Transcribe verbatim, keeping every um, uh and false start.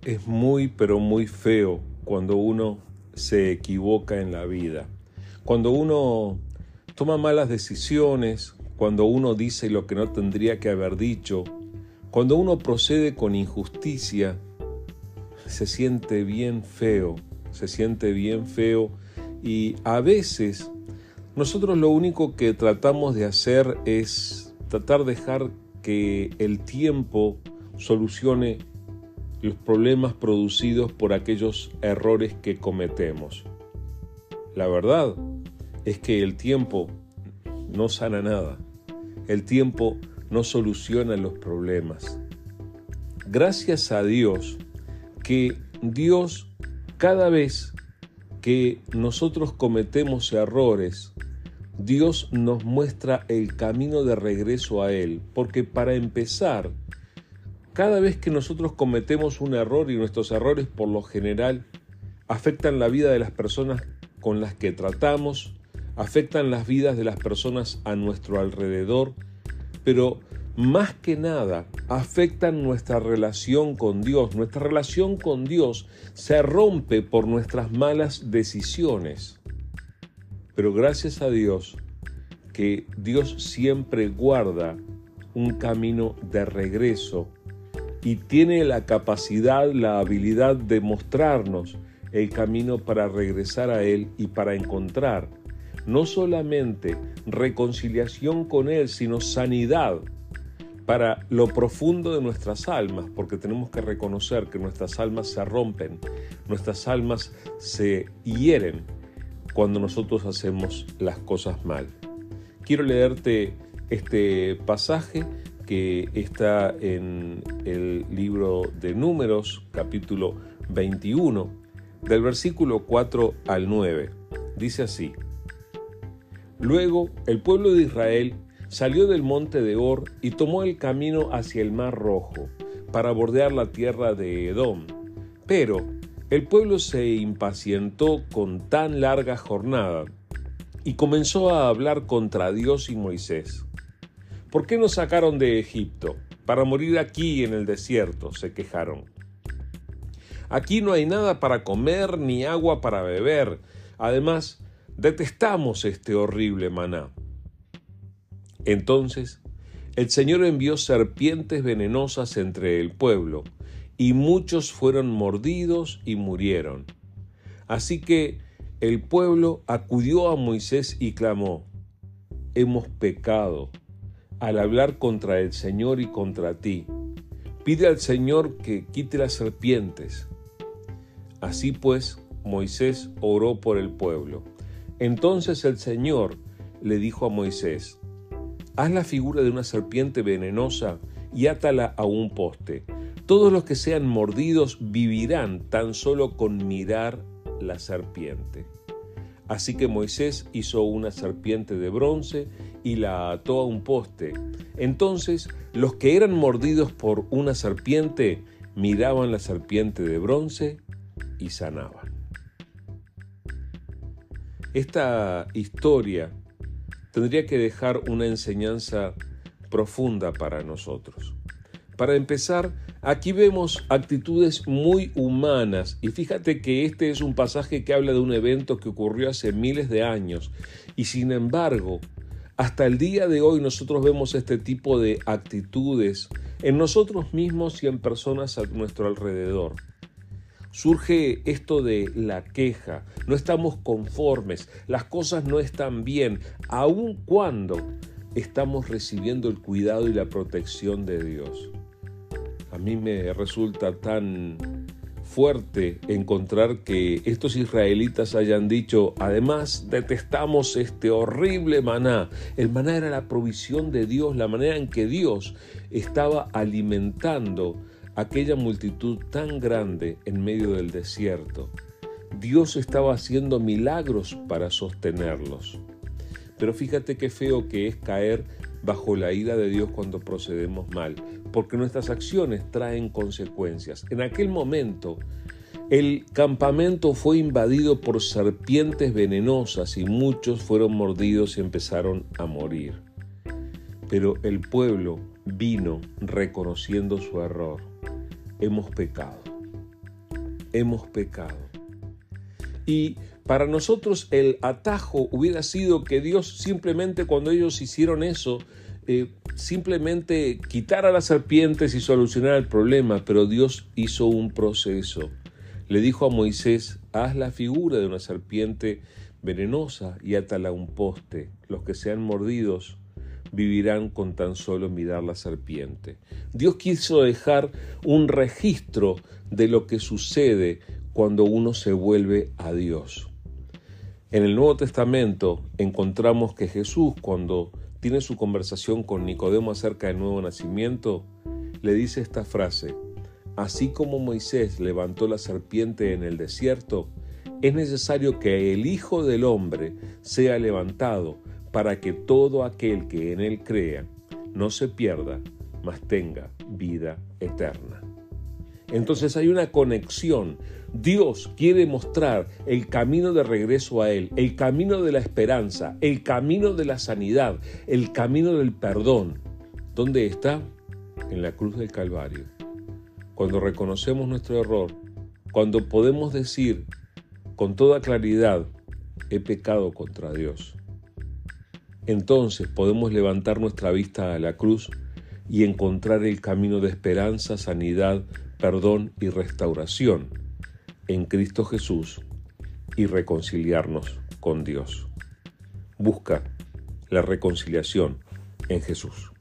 Es muy, pero muy feo cuando uno se equivoca en la vida. Cuando uno toma malas decisiones, cuando uno dice lo que no tendría que haber dicho, cuando uno procede con injusticia, se siente bien feo, se siente bien feo y a veces nosotros lo único que tratamos de hacer es tratar de dejar que el tiempo solucione los problemas producidos por aquellos errores que cometemos. La verdad es que el tiempo no sana nada. El tiempo no soluciona los problemas. Gracias a Dios que Dios, cada vez que nosotros cometemos errores, Dios nos muestra el camino de regreso a Él, porque para empezar, cada vez que nosotros cometemos un error, y nuestros errores por lo general afectan la vida de las personas con las que tratamos, afectan las vidas de las personas a nuestro alrededor, pero más que nada afectan nuestra relación con Dios. Nuestra relación con Dios se rompe por nuestras malas decisiones. Pero gracias a Dios que Dios siempre guarda un camino de regreso y tiene la capacidad, la habilidad de mostrarnos el camino para regresar a Él y para encontrar no solamente reconciliación con Él, sino sanidad para lo profundo de nuestras almas, porque tenemos que reconocer que nuestras almas se rompen, nuestras almas se hieren cuando nosotros hacemos las cosas mal. Quiero leerte este pasaje que está en el libro de Números, capítulo veintiuno, del versículo cuatro al nueve. Dice así: Luego el pueblo de Israel salió del monte de Hor y tomó el camino hacia el Mar Rojo para bordear la tierra de Edom. Pero el pueblo se impacientó con tan larga jornada y comenzó a hablar contra Dios y Moisés. ¿Por qué nos sacaron de Egipto? Para morir aquí en el desierto, se quejaron. Aquí no hay nada para comer ni agua para beber. Además, detestamos este horrible maná. Entonces, el Señor envió serpientes venenosas entre el pueblo, y muchos fueron mordidos y murieron. Así que el pueblo acudió a Moisés y clamó: Hemos pecado al hablar contra el Señor y contra ti. Pide al Señor que quite las serpientes. Así pues, Moisés oró por el pueblo. Entonces el Señor le dijo a Moisés: Haz la figura de una serpiente venenosa y átala a un poste. Todos los que sean mordidos vivirán tan solo con mirar la serpiente. Así que Moisés hizo una serpiente de bronce y la ató a un poste. Entonces los que eran mordidos por una serpiente miraban la serpiente de bronce y sanaban. Esta historia tendría que dejar una enseñanza profunda para nosotros. Para empezar, aquí vemos actitudes muy humanas, y fíjate que este es un pasaje que habla de un evento que ocurrió hace miles de años, y sin embargo, hasta el día de hoy nosotros vemos este tipo de actitudes en nosotros mismos y en personas a nuestro alrededor. Surge esto de la queja, no estamos conformes, las cosas no están bien, aun cuando estamos recibiendo el cuidado y la protección de Dios. A mí me resulta tan fuerte encontrar que estos israelitas hayan dicho: además detestamos este horrible maná. El maná era la provisión de Dios, la manera en que Dios estaba alimentando aquella multitud tan grande en medio del desierto. Dios estaba haciendo milagros para sostenerlos. Pero fíjate qué feo que es caer bajo la ira de Dios cuando procedemos mal, porque nuestras acciones traen consecuencias. En aquel momento, el campamento fue invadido por serpientes venenosas y muchos fueron mordidos y empezaron a morir. Pero el pueblo vino reconociendo su error. Hemos pecado. hemos pecado. Y para nosotros el atajo hubiera sido que Dios simplemente cuando ellos hicieron eso, eh, simplemente quitara las serpientes y solucionara el problema, pero Dios hizo un proceso. Le dijo a Moisés, haz la figura de una serpiente venenosa y átala a un poste. Los que sean mordidos vivirán con tan solo mirar la serpiente. Dios quiso dejar un registro de lo que sucede cuando uno se vuelve a Dios. En el Nuevo Testamento encontramos que Jesús, cuando tiene su conversación con Nicodemo acerca del nuevo nacimiento, le dice esta frase: así como Moisés levantó la serpiente en el desierto, es necesario que el Hijo del Hombre sea levantado para que todo aquel que en él crea no se pierda, mas tenga vida eterna. Entonces hay una conexión. Dios quiere mostrar el camino de regreso a Él, el camino de la esperanza, el camino de la sanidad, el camino del perdón. ¿Dónde está? En la cruz del Calvario. Cuando reconocemos nuestro error, cuando podemos decir con toda claridad, he pecado contra Dios, entonces podemos levantar nuestra vista a la cruz y encontrar el camino de esperanza, sanidad, perdón y restauración en Cristo Jesús y reconciliarnos con Dios. Busca la reconciliación en Jesús.